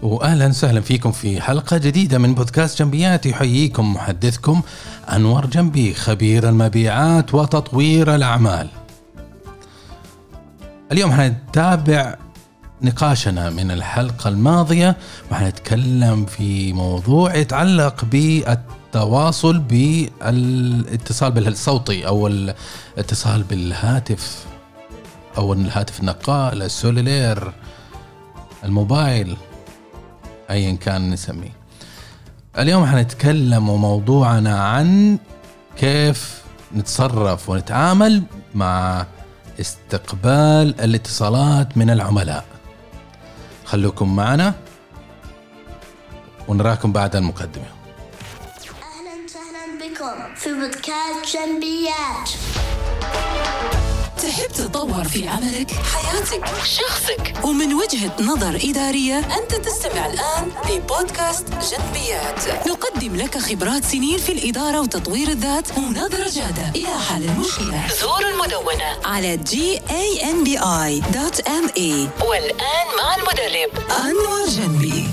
وأهلا وسهلا فيكم في حلقة جديدة من بودكاست جنبيات. يحييكم محدثكم أنور جنبي، خبير المبيعات وتطوير الأعمال. اليوم هنتابع نقاشنا من الحلقة الماضية، وهنتكلم في موضوع يتعلق بالتواصل بالاتصال بالصوتي أو الاتصال بالهاتف أو الهاتف النقال، السلولير، الموبايل، أيا كان نسميه. اليوم هنتكلم وموضوعنا عن كيف نتصرف ونتعامل مع استقبال الاتصالات من العملاء. خلوكم معنا ونراكم بعد المقدمة. أهلا وسهلا بكم في بودكاست جنبيات. تحب تتطور في عملك، حياتك، شخصك، ومن وجهة نظر إدارية؟ أنت تستمع الآن لبودكاست جنبيات. نقدم لك خبرات سنين في الإدارة وتطوير الذات ونظرة جادة إلى حل المشكلة. زور المدونة على gambi.me. والآن مع المدرب أنور جنبي.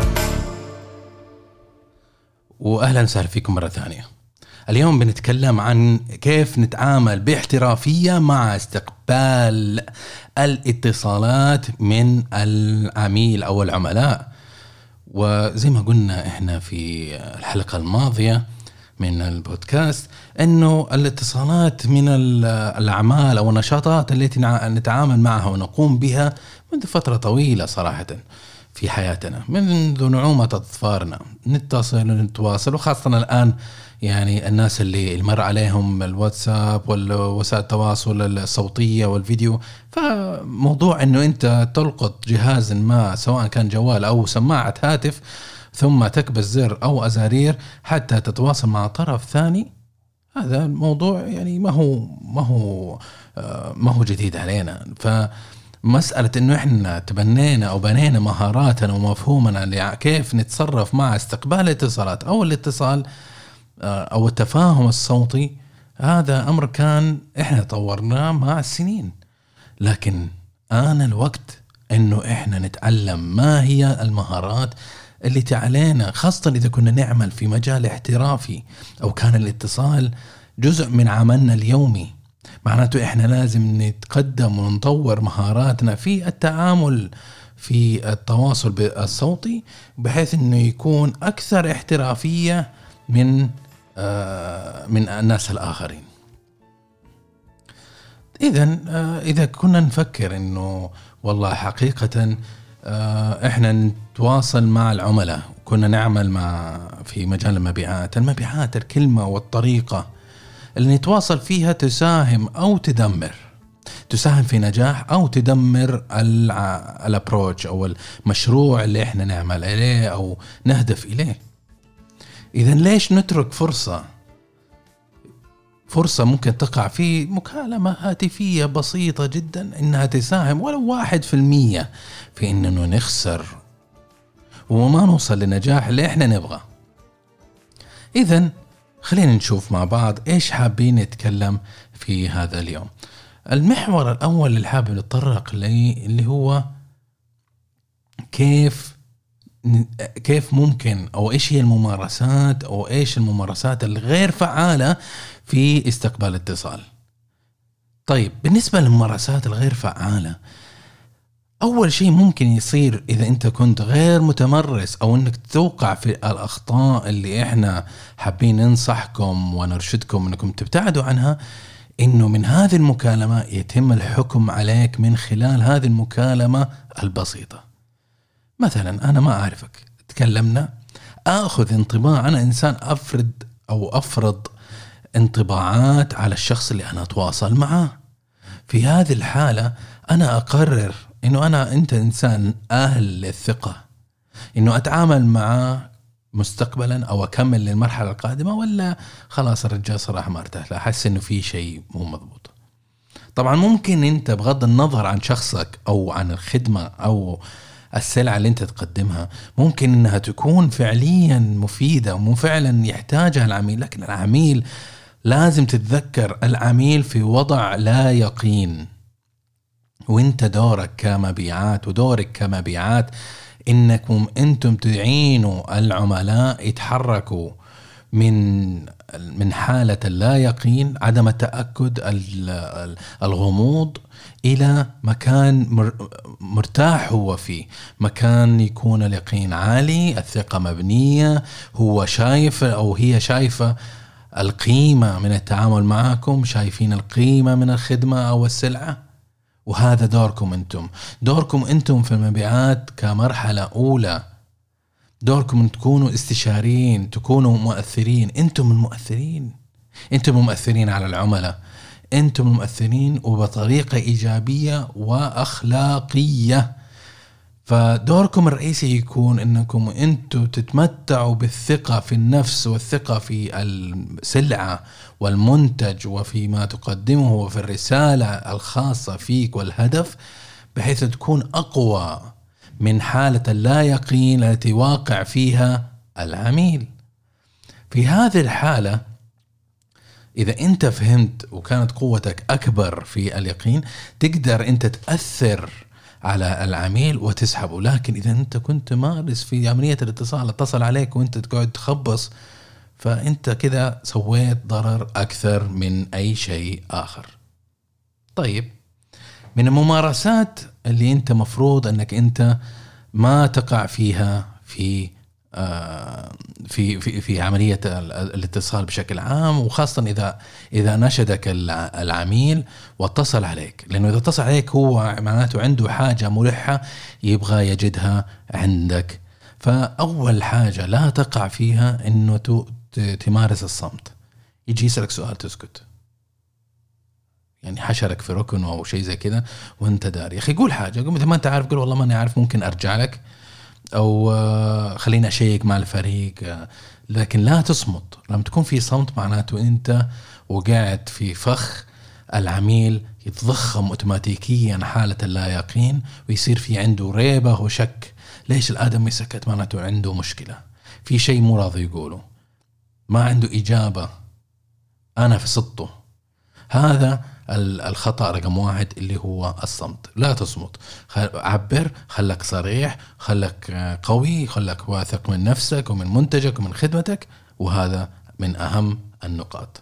وأهلا وسهلا فيكم مرة ثانية. اليوم بنتكلم عن كيف نتعامل باحترافية مع استقبال الاتصالات من العميل أو العملاء. وزي ما قلنا إحنا في الحلقة الماضية من البودكاست إنه الاتصالات من الأعمال أو النشاطات التي نتعامل معها ونقوم بها منذ فترة طويلة صراحة في حياتنا، منذ نعومة أظفارنا نتصل ونتواصل، وخاصة الآن يعني الناس اللي مر عليهم الواتساب والوسائل التواصل الصوتية والفيديو. فموضوع انه انت تلقط جهاز ما سواء كان جوال او سماعة هاتف ثم تكبس زر او ازارير حتى تتواصل مع طرف ثاني، هذا الموضوع يعني ما هو جديد علينا. فمسألة انه احنا تبنينا او بنينا مهاراتنا ومفهومنا كيف نتصرف مع استقبال الاتصالات او الاتصال أو التفاهم الصوتي، هذا أمر كان إحنا طورناه مع السنين، لكن آن الوقت إنه إحنا نتعلم ما هي المهارات اللي تعلينا، خاصة إذا كنا نعمل في مجال احترافي أو كان الاتصال جزء من عملنا اليومي. معناته إحنا لازم نتقدم ونطور مهاراتنا في التعامل في التواصل بالصوتي بحيث إنه يكون أكثر احترافية من الناس الآخرين. إذا كنا نفكر إنه والله حقيقة إحنا نتواصل مع العملاء، كنا نعمل في مجال المبيعات الكلمة والطريقة اللي نتواصل فيها تساهم أو تدمر، تساهم في نجاح أو تدمر الابروتش أو المشروع اللي إحنا نعمل عليه أو نهدف إليه. إذن ليش نترك فرصة ممكن تقع في مكالمة هاتفية بسيطة جدا إنها تساهم ولو 1% في إننا نخسر وما نوصل للنجاح اللي إحنا نبغى؟ إذن خلينا نشوف مع بعض إيش حابين نتكلم في هذا اليوم. المحور الأول اللي حابب نتطرق ليه اللي هو كيف ممكن أو إيش هي الممارسات أو إيش الممارسات الغير فعالة في استقبال الاتصال. طيب بالنسبة للممارسات الغير فعالة، أول شيء ممكن يصير إذا أنت كنت غير متمرس أو أنك توقع في الأخطاء اللي إحنا حابين ننصحكم ونرشدكم أنكم تبتعدوا عنها، إنه من هذه المكالمة يتم الحكم عليك من خلال هذه المكالمة البسيطة. مثلا أنا ما أعرفك، تكلمنا، أخذ انطباع، أنا إنسان أفرض انطباعات على الشخص اللي أنا أتواصل معه. في هذه الحالة أنا أقرر إنه أنت إنسان أهل للثقة، إنه أتعامل معه مستقبلا أو أكمل للمرحلة القادمة، ولا خلاص الرجال صراحة ما ارتاح له، أحس إنه في شيء مو مضبوط. طبعا ممكن أنت بغض النظر عن شخصك أو عن الخدمة أو السلعة اللي أنت تقدمها ممكن أنها تكون فعليا مفيدة وفعلا يحتاجها العميل، لكن العميل لازم تتذكر العميل في وضع لا يقين، وانت دورك كمبيعات ودورك كمبيعات إنكم أنتم تعينوا العملاء يتحركوا من حالة اللا يقين، عدم التأكد، الغموض، إلى مكان مرتاح هو فيه، مكان يكون اليقين عالي، الثقة مبنية، هو شايف أو هي شايفة القيمة من التعامل معكم، شايفين القيمة من الخدمة أو السلعة. وهذا دوركم أنتم في المبيعات كمرحلة أولى. دوركم أن تكونوا استشاريين، تكونوا مؤثرين. أنتم المؤثرين على العملاء، أنتم المؤثرين وبطريقة إيجابية وأخلاقية. فدوركم الرئيسي يكون أنكم أنتم تتمتعوا بالثقة في النفس والثقة في السلعة والمنتج وفي ما تقدمه وفي الرسالة الخاصة فيك والهدف، بحيث تكون أقوى من حالة اللا يقين التي واقع فيها العميل. في هذه الحالة إذا أنت فهمت وكانت قوتك أكبر في اليقين، تقدر أنت تأثر على العميل وتسحبه. لكن إذا أنت كنت مارس في عملية الاتصال، اتصل عليك وأنت تقعد تخبص، فأنت كده سويت ضرر أكثر من أي شيء آخر. طيب، من الممارسات اللي أنت مفروض أنك أنت ما تقع فيها في عملية الاتصال بشكل عام، وخاصة إذا نشدك العميل واتصل عليك، لأنه إذا اتصل عليك هو معناته عنده حاجة ملحة يبغى يجدها عندك. فأول حاجة لا تقع فيها إنه تمارس الصمت. يجي يسألك سؤال تسكت، يعني حشرك في ركن أو شيء زي كده وانت داري. يا أخي قول حاجة، قول مثل ما انت عارف، قول والله ما أنا عارف، ممكن أرجع لك، أو خلينا أشيك مع الفريق. لكن لا تصمت. لما تكون في صمت معناته أنت وقاعد في فخ العميل، يتضخم أوتوماتيكيا حالة اللا يقين، ويصير في عنده ريبة وشك. ليش الآدم يسكت؟ معناته عنده مشكلة، في شيء مو راضي يقوله، ما عنده إجابة، أنا في سطه. هذا الخطأ رقم 1 اللي هو الصمت. لا تصمت، عبر، خلك صريح، خلك قوي، خلك واثق من نفسك ومن منتجك ومن خدمتك. وهذا من أهم النقاط.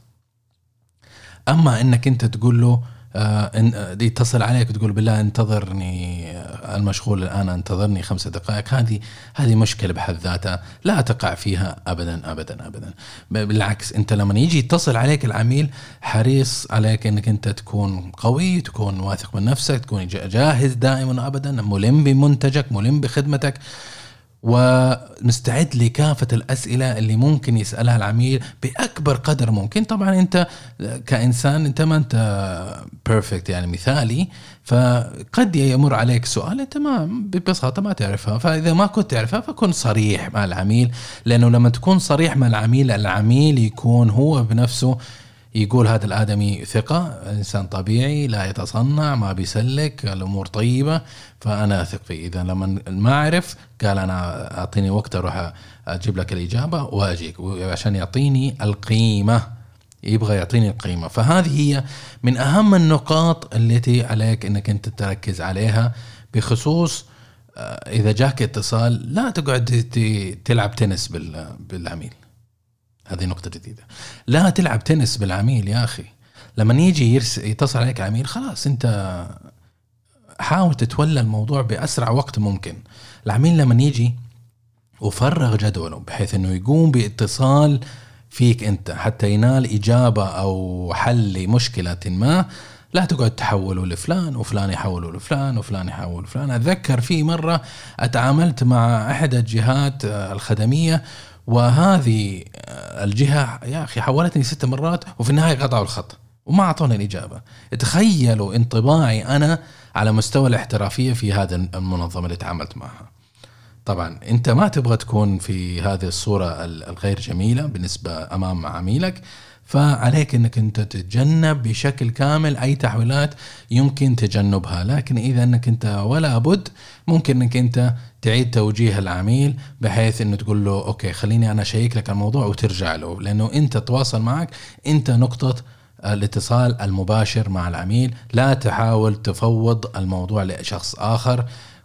أما إنك أنت تقول له يتصل عليك وتقول بالله انتظرني، المشغول الآن، انتظرني 5 دقائق، هذه مشكلة بحد ذاتها، لا تقع فيها أبدا أبدا أبدا. بالعكس، أنت لما يجي يتصل عليك العميل، حريص عليك أنك أنت تكون قوي، تكون واثق من نفسك، تكون جاهز دائما أبدا، ملم بمنتجك، ملم بخدمتك، ومستعد لكافة الأسئلة اللي ممكن يسألها العميل بأكبر قدر ممكن. طبعا أنت كإنسان أنت ما أنت perfect يعني مثالي، فقد يمر عليك سؤال أنت ما ببساطة ما تعرفها. فإذا ما كنت تعرفها فكن صريح مع العميل، لأنه لما تكون صريح مع العميل يكون هو بنفسه يقول هذا الآدمي ثقة، إنسان طبيعي، لا يتصنع، ما بيسلك، الأمور طيبة، فأنا أثق فيه. إذا لما ما أعرف قال أنا أعطيني وقت أروح أجيب لك الإجابة وأجيك، عشان يعطيني القيمة، يبغى يعطيني القيمة. فهذه هي من أهم النقاط التي عليك أنك أنت تركز عليها. بخصوص إذا جاك اتصال، لا تقعد تلعب تنس بالعميل. هذه نقطة جديدة. لا تلعب تنس بالعميل يا أخي. لما يجي يتصل عليك عميل، خلاص أنت حاول تتولى الموضوع بأسرع وقت ممكن. العميل لما يجي وفرغ جدوله بحيث أنه يقوم باتصال فيك أنت حتى ينال إجابة أو حل لمشكلة ما، لا تقعد تحوله لفلان وفلان يحوله لفلان وفلان يحوله لفلان. أتذكر في مرة أتعاملت مع أحد الجهات الخدمية، وهذه الجهة يا أخي حولتني 6 مرات، وفي النهاية قطعوا الخط وما أعطوني الإجابة. تخيلوا انطباعي أنا على مستوى الاحترافية في هذا المنظمة اللي تعاملت معها. طبعا أنت ما تبغى تكون في هذه الصورة الغير جميلة بالنسبة أمام عميلك، فعليك أنك أنت تتجنب بشكل كامل أي تحويلات يمكن تجنبها. لكن إذا أنك أنت ولا بد، ممكن أنك أنت تعيد توجيه العميل بحيث أنه تقول له أوكي خليني أنا أشيك لك الموضوع وترجع له، لأنه أنت تواصل معك، أنت نقطة الاتصال المباشر مع العميل. لا تحاول تفوض الموضوع لشخص آخر.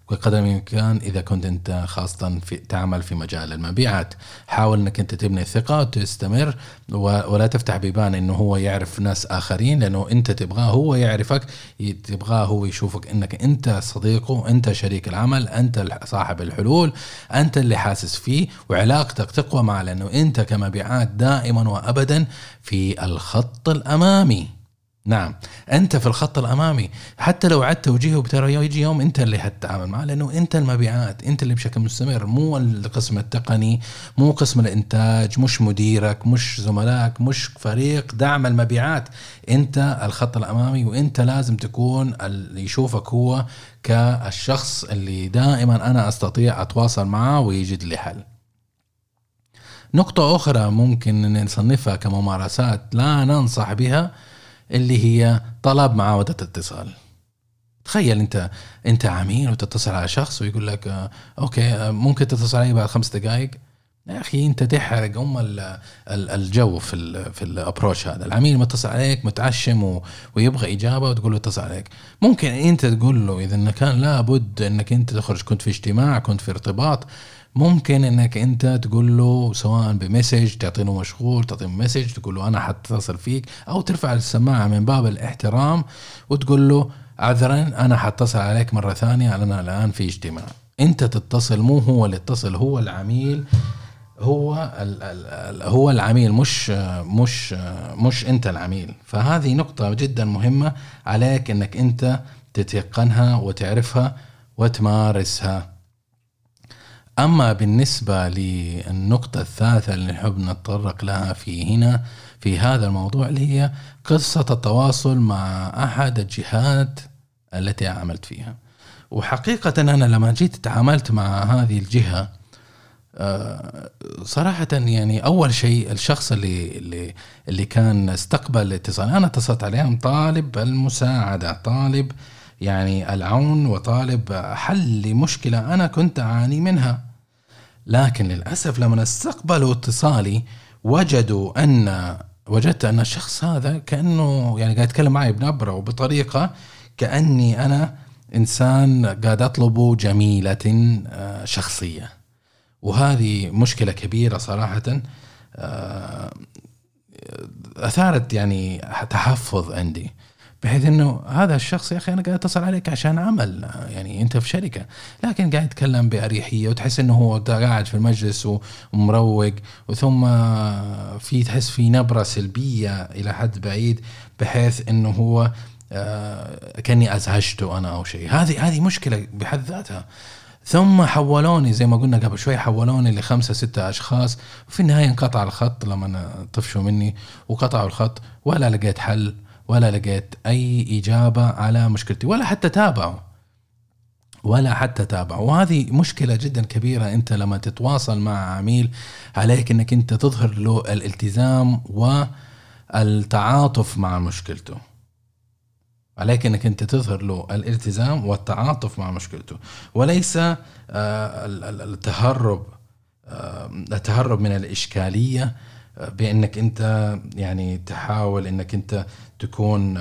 بقدر الإمكان إذا كنت أنت خاصة تعمل في مجال المبيعات، حاول أنك أنت تبني الثقة وتستمر، ولا تفتح بيبان أنه هو يعرف ناس آخرين، لأنه أنت تبغاه هو يعرفك، تبغاه هو يشوفك أنك أنت صديقه، أنت شريك العمل، أنت صاحب الحلول، أنت اللي حاسس فيه، وعلاقتك تقوى معه، لأنه أنت كمبيعات دائما وأبدا في الخط الأمامي. نعم، أنت في الخط الأمامي، حتى لو عدت توجيهه بترى يجي يوم أنت اللي هتتعامل معه، لأنه أنت المبيعات، أنت اللي بشكل مستمر، مو القسم التقني، مو قسم الإنتاج، مش مديرك، مش زملائك، مش فريق دعم المبيعات، أنت الخط الأمامي، وأنت لازم تكون اللي يشوفك هو كالشخص اللي دائما أنا أستطيع أتواصل معه ويجد لي حل. نقطة أخرى ممكن نصنفها كممارسات لا ننصح بها، اللي هي طلب معاودة اتصال. تخيل انت عميل وتتصل على شخص ويقول لك اوكي ممكن تتصل علي بعد 5 دقائق. يا اخي انت تحرق الجو في الابروش هذا. العميل متصل عليك متعشم ويبغى اجابه وتقول له اتصل عليك. ممكن انت تقول له اذا كان لابد انك انت تخرج، كنت في اجتماع، كنت في ارتباط، ممكن انك انت تقول له سواء بمسج، تعطينه مشغول، تعطيه مسج تقول له انا حتصل فيك، او ترفع السماعه من باب الاحترام وتقول له عذرا انا حتصل عليك مره ثانيه، انا الان في اجتماع. انت تتصل، مو هو اللي يتصل، هو العميل، هو العميل، مش انت العميل. فهذه نقطه جدا مهمه عليك انك انت تتيقنها وتعرفها وتمارسها. أما بالنسبة للنقطة الثالثة اللي نحب نتطرق لها في هذا الموضوع، اللي هي قصة التواصل مع أحد الجهات التي عملت فيها. وحقيقة أنا لما جيت تعاملت مع هذه الجهة صراحة يعني أول شيء الشخص اللي كان استقبل الاتصال، أنا اتصلت عليهم طالب المساعدة، طالب يعني العون، وطالب حل لمشكلة أنا كنت أعاني منها. لكن للأسف لما استقبلوا اتصالي وجدت أن الشخص هذا كأنه يعني قاعد يتكلم معي بنبرة وبطريقة كأني أنا إنسان قاعد أطلبه جميلة شخصية. وهذه مشكلة كبيرة صراحة، أثارت يعني تحفظ عندي، بحيث انه هذا الشخص يا اخي انا قاعد اتصل عليك عشان عمل، يعني انت في شركه، لكن قاعد يتكلم باريحيه وتحس انه هو قاعد في المجلس ومروق، وثم تحس في نبره سلبيه الى حد بعيد، بحيث انه هو كاني ازعجته انا او شيء. هذه مشكله بحد ذاتها. ثم حولوني زي ما قلنا قبل شوي، حولوني ل5-6 أشخاص، وفي النهايه انقطع الخط لما طفشوا مني وقطعوا الخط، ولا لقيت حل ولا لقيت أي إجابة على مشكلتي، ولا حتى تابعوا. وهذه مشكلة جدا كبيرة. أنت لما تتواصل مع عميل عليك أنك أنت تظهر له الالتزام والتعاطف مع مشكلته، عليك أنك أنت تظهر له الالتزام والتعاطف مع مشكلته، وليس التهرب من الإشكالية بأنك أنت يعني تحاول أنك أنت تكون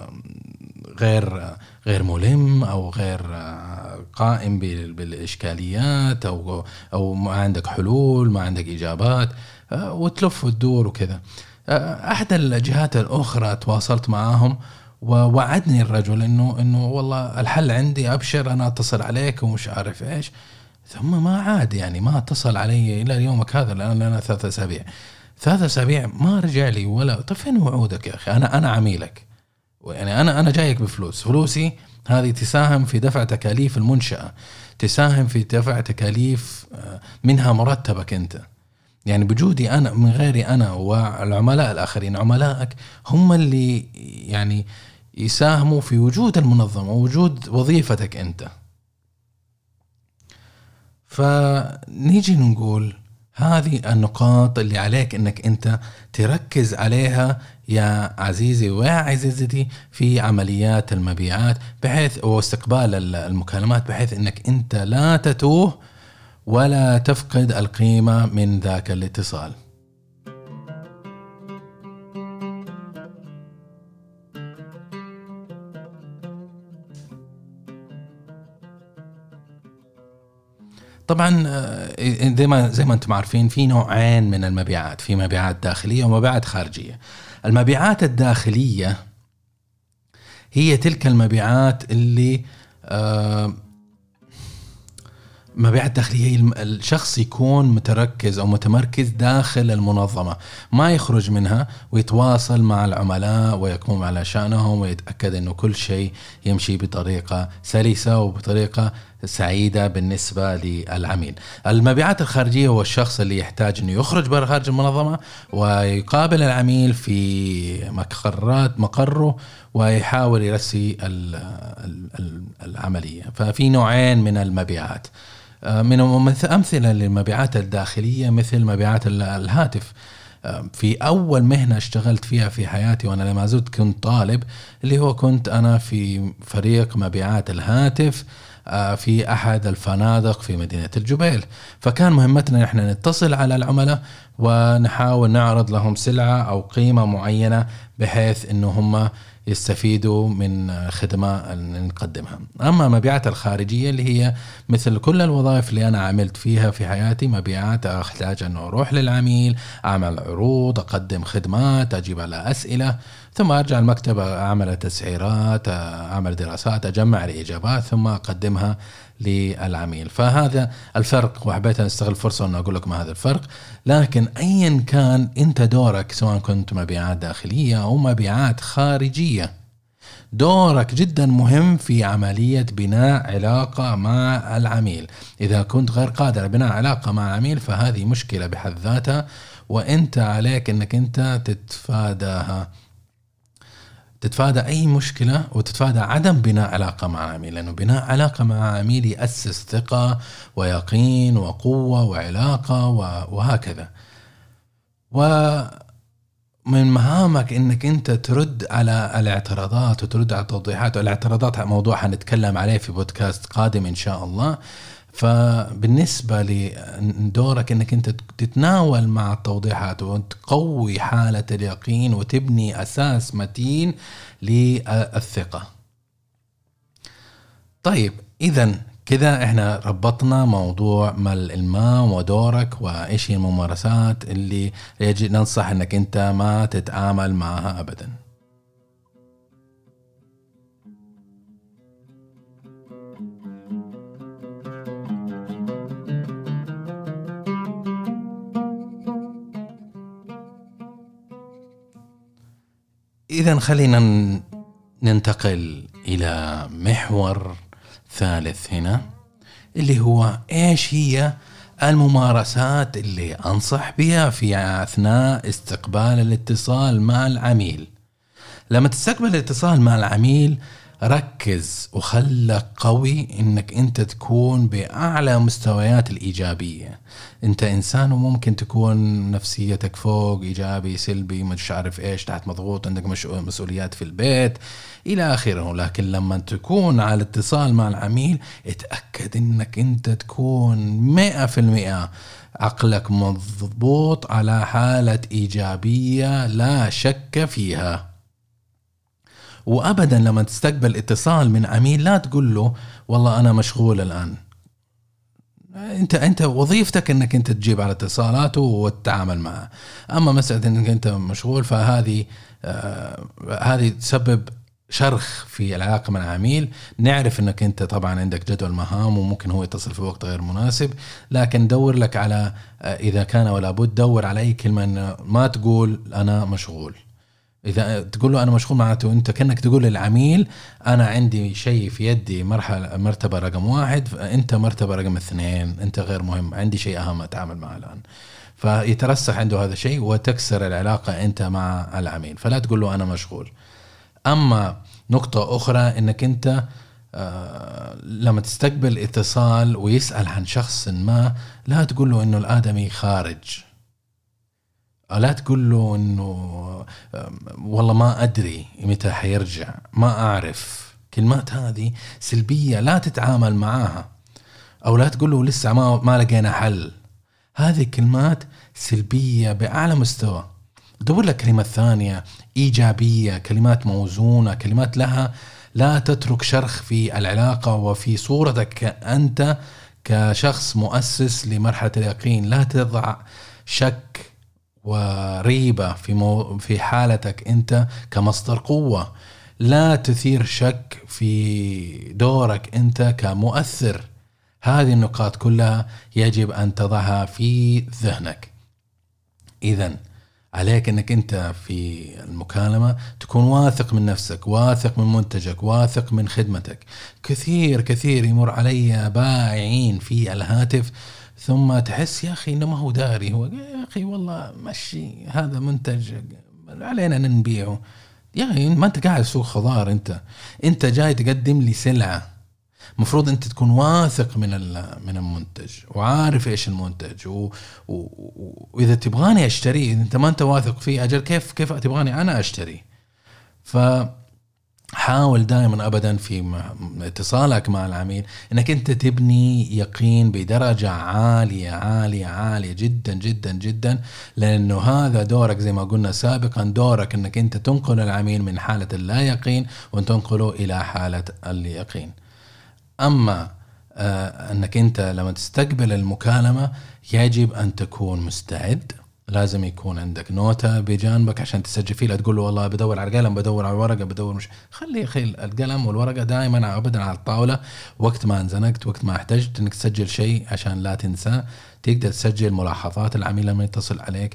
غير ملم أو غير قائم بالإشكاليات، أو ما عندك حلول، ما عندك إجابات، وتلف وتدور وكذا. أحد الجهات الأخرى تواصلت معهم ووعدني الرجل إنه والله الحل عندي، أبشر أنا أتصل عليك ومش عارف إيش. ثم ما عاد، يعني ما اتصل علي إلى يومك هذا، لأن أنا 3 أسابيع ما رجع لي ولا. طيب فين وعودك يا أخي؟ أنا عميلك، يعني أنا جايك فلوسي هذه تساهم في دفع تكاليف المنشأة، تساهم في دفع تكاليف منها مرتبك أنت، يعني بجودي أنا، من غيري أنا والعملاء الآخرين، عملائك هم اللي يعني يساهموا في وجود المنظمة ووجود وظيفتك أنت. فنيجي نقول هذه النقاط اللي عليك انك انت تركز عليها يا عزيزي ويا عزيزتي في عمليات المبيعات، بحيث واستقبال المكالمات، بحيث انك انت لا تتوه ولا تفقد القيمة من ذاك الاتصال. طبعا زي ما انتم عارفين في نوعين من المبيعات، في مبيعات داخلية ومبيعات خارجية. المبيعات الداخلية هي تلك المبيعات اللي مبيعات داخلية الشخص يكون متركز أو متمركز داخل المنظمة، ما يخرج منها ويتواصل مع العملاء ويقوم على شأنهم ويتأكد أنه كل شيء يمشي بطريقة سلسة وبطريقة سعيدة بالنسبة للعميل. المبيعات الخارجية هو الشخص اللي يحتاج أنه يخرج برا خارج المنظمة ويقابل العميل في مقره ويحاول يرسي العملية. ففي نوعين من المبيعات. من أمثلة للمبيعات الداخلية مثل مبيعات الهاتف. في أول مهنة اشتغلت فيها في حياتي وأنا لما زلت كنت طالب، اللي هو كنت أنا في فريق مبيعات الهاتف في أحد الفنادق في مدينة الجبيل. فكان مهمتنا نحن نتصل على العملاء ونحاول نعرض لهم سلعة أو قيمة معينة بحيث إنه هم يستفيدوا من خدمة نقدمها. أما مبيعات الخارجية اللي هي مثل كل الوظائف اللي أنا عملت فيها في حياتي، مبيعات أحتاج أنه أروح للعميل، أعمل عروض، أقدم خدمات، أجيب على أسئلة، ثم أرجع المكتب أعمل تسعيرات، أعمل دراسات، أجمع الإجابات ثم أقدمها للعميل. فهذا الفرق، وحبيت أن أستغل الفرصة أن أقول لكم هذا الفرق. لكن أيا كان أنت دورك، سواء كنت مبيعات داخلية أو مبيعات خارجية، دورك جدا مهم في عملية بناء علاقة مع العميل. إذا كنت غير قادر على بناء علاقة مع العميل فهذه مشكلة بحد ذاتها، وأنت عليك أنك أنت تتفادى أي مشكلة وتتفادى عدم بناء علاقة مع العميل، لأنه بناء علاقة مع العميل يأسس ثقة ويقين وقوة وعلاقة وهكذا. ومن مهامك أنك أنت ترد على الاعتراضات وترد على التوضيحات، والاعتراضات موضوع حنتكلم عليه في بودكاست قادم إن شاء الله. فبالنسبة لدورك أنك أنت تتناول مع التوضيحات وتقوي حالة اليقين وتبني أساس متين للثقة. طيب إذن كذا إحنا ربطنا موضوع الإلمام ودورك وإيش هي الممارسات اللي يجب ننصح أنك أنت ما تتعامل معها أبداً. إذن خلينا ننتقل إلى محور ثالث هنا، اللي هو إيش هي الممارسات اللي أنصح بها في أثناء استقبال الاتصال مع العميل. لما تستقبل الاتصال مع العميل ركز وخلك قوي انك انت تكون باعلى مستويات الايجابيه. انت انسان وممكن تكون نفسيتك فوق، ايجابي سلبي مش عارف ايش، تحت مضغوط، عندك مسؤوليات في البيت الى اخره. لكن لما تكون على اتصال مع العميل اتاكد انك انت تكون 100% عقلك مضبوط على حاله ايجابيه لا شك فيها. وأبدا لما تستقبل اتصال من عميل لا تقول له والله أنا مشغول الآن. أنت وظيفتك أنك أنت تجيب على اتصالاته وتتعامل معه. أما مسألة أنك أنت مشغول فهذه هذه تسبب شرخ في العلاقة مع العميل. نعرف أنك أنت طبعا عندك جدول مهام وممكن هو يتصل في وقت غير مناسب، لكن دور لك على إذا كان ولا بد دور على أي كلمة، ما تقول أنا مشغول. إذا تقول له أنا مشغول معناته أنت كأنك تقول للعميل أنا عندي شيء في يدي مرتبة رقم 1، أنت مرتبة رقم 2، أنت غير مهم، عندي شيء أهم أتعامل معه الآن. فيترسخ عنده هذا الشيء وتكسر العلاقة أنت مع العميل، فلا تقول له أنا مشغول. أما نقطة أخرى أنك أنت لما تستقبل اتصال ويسأل عن شخص ما لا تقول له أنه الآدمي خارج، لا تقول له إنه والله ما أدري متى حيرجع، ما أعرف. كلمات هذه سلبية لا تتعامل معاها. أو لا تقول له لسه ما لقينا حل. هذه كلمات سلبية بأعلى مستوى. دور لك كلمة ثانية إيجابية، كلمات موزونة، كلمات لها لا تترك شرخ في العلاقة وفي صورتك أنت كشخص مؤسس لمرحلة اليقين لا تضع شك وريبة في حالتك أنت كمصدر قوة. لا تثير شك في دورك أنت كمؤثر. هذه النقاط كلها يجب أن تضعها في ذهنك. إذن عليك أنك أنت في المكالمة تكون واثق من نفسك، واثق من منتجك، واثق من خدمتك. كثير يمر علي بائعين في الهاتف ثم تحس يا أخي إنه ما هو داري، هو يا أخي والله مشي هذا منتج علينا نبيعه. يا أخي ما أنت قاعد سوق خضار، أنت جاي تقدم لي سلعة، مفروض أنت تكون واثق من المنتج وعارف إيش المنتج وإذا تبغاني أشتري، إذا أنت ما أنت واثق فيه أجل كيف تبغاني أنا أشتري؟ فحاول دائما أبدا في اتصالك مع العميل أنك أنت تبني يقين بدرجة عالية جدا جدا جدا، لأنه هذا دورك زي ما قلنا سابقا، دورك أنك أنت تنقل العميل من حالة اللا يقين وتنقله إلى حالة اليقين. أما أنك أنت لما تستقبل المكالمة يجب أن تكون مستعد. لازم يكون عندك نوتة بجانبك عشان تسجل فيه. لا تقول له والله بدور على القلم، بدور على الورقة، بدور مش خلي القلم والورقة دائما أبدا على الطاولة. وقت ما انزنقت، وقت ما احتجت انك تسجل شيء عشان لا تنسى، تقدر تسجل ملاحظات العميل لما يتصل عليك.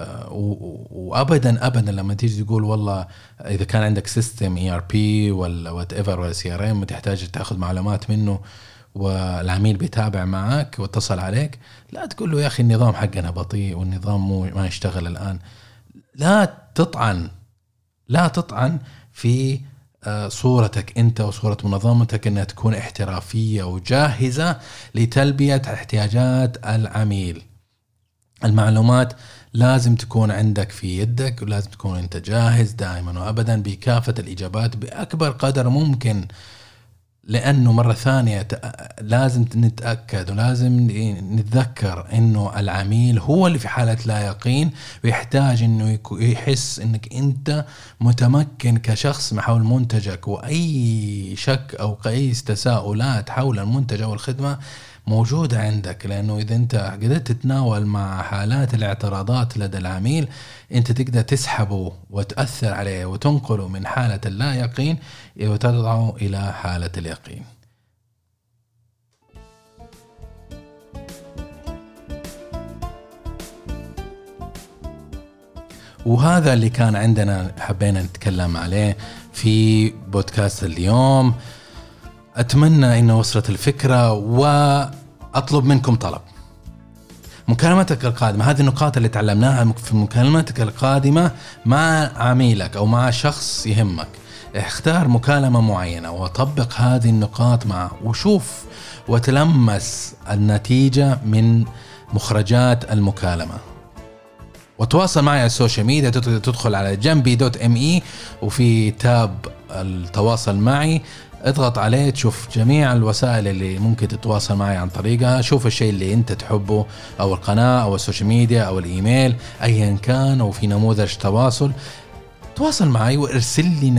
وابدا لما تيجي تقول والله اذا كان عندك سيستم ERP ولا whatever ولا CRM تحتاج تاخذ معلومات منه والعميل بيتابع معك واتصل عليك، لا تقول له يا أخي النظام حقنا بطيء والنظام ما يشتغل الآن. لا تطعن في صورتك أنت وصورة منظمتك أنها تكون احترافية وجاهزة لتلبية احتياجات العميل. المعلومات لازم تكون عندك في يدك، ولازم تكون أنت جاهز دائما وأبدا بكافة الإجابات بأكبر قدر ممكن، لأنه مرة ثانية لازم نتأكد ولازم نتذكر أنه العميل هو اللي في حالة لا يقين، ويحتاج أنه يحس أنك أنت متمكن كشخص محول منتجك، وأي شك أو أي تساؤلات حول المنتج أو الخدمة موجودة عندك. لأنه إذا أنت قدرت تتناول مع حالات الاعتراضات لدى العميل، أنت تقدر تسحبه وتأثر عليه وتنقله من حالة اللا يقين وتضعه إلى حالة اليقين. وهذا اللي كان عندنا حبينا نتكلم عليه في بودكاست اليوم. أتمنى إنه وصلت الفكرة، وأطلب منكم طلب. مكالمتك القادمة، هذه النقاط اللي تعلمناها في مكالمتك القادمة مع عميلك أو مع شخص يهمك، اختار مكالمة معينة وطبق هذه النقاط معه وشوف وتلمس النتيجة من مخرجات المكالمة. وتواصل معي على السوشيال ميديا، تدخل على جنبي.me وفي تاب التواصل معي اضغط عليه تشوف جميع الوسائل اللي ممكن تتواصل معي عن طريقها. شوف الشيء اللي انت تحبه، او القناة او السوشيال ميديا او الايميل ايا كان، او في نموذج تواصل تواصل معي وارسل لي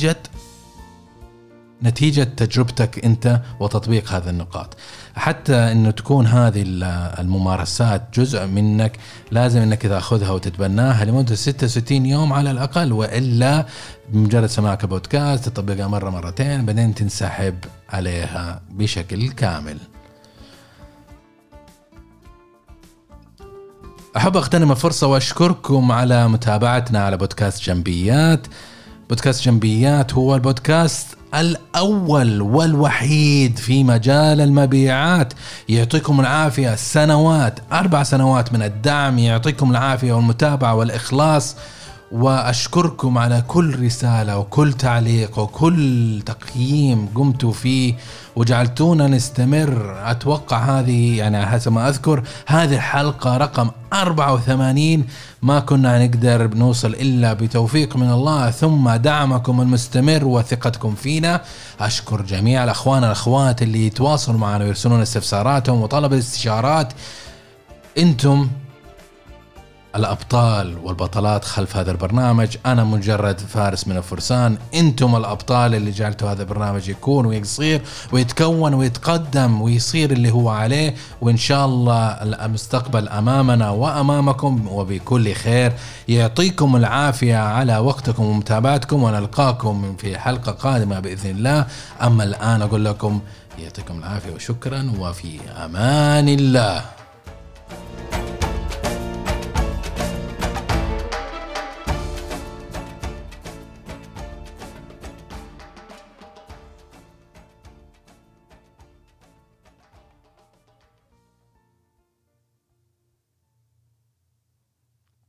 نتيجة تجربتك انت وتطبيق هذه النقاط. حتى انه تكون هذه الممارسات جزء منك، لازم انك تاخذها وتتبناها لمدة 66 يوم على الاقل، والا بمجرد سماعك بودكاست تطبقها مرة مرتين بعدين تنسحب عليها بشكل كامل. احب اغتنم الفرصة واشكركم على متابعتنا على بودكاست جنبيات. بودكاست جنبيات هو البودكاست الأول والوحيد في مجال المبيعات. يعطيكم العافية، 4 سنوات من الدعم، يعطيكم العافية والمتابعة والإخلاص. وأشكركم على كل رسالة وكل تعليق وكل تقييم قمتوا فيه وجعلتونا نستمر. أتوقع هذه يعني حسب ما أذكر هذه الحلقة رقم 84. ما كنا نقدر نوصل إلا بتوفيق من الله ثم دعمكم المستمر وثقتكم فينا. أشكر جميع الأخوان والأخوات اللي يتواصلوا معنا ويرسلون استفساراتهم وطلب الاستشارات. أنتم الأبطال والبطلات خلف هذا البرنامج. أنا مجرد فارس من الفرسان، أنتم الأبطال اللي جعلتوا هذا البرنامج يكون ويصير ويتكون ويتقدم ويصير اللي هو عليه، وإن شاء الله المستقبل أمامنا وأمامكم وبكل خير. يعطيكم العافية على وقتكم ومتابعتكم، ونلقاكم في حلقة قادمة بإذن الله. أما الآن أقول لكم يعطيكم العافية وشكرا، وفي أمان الله.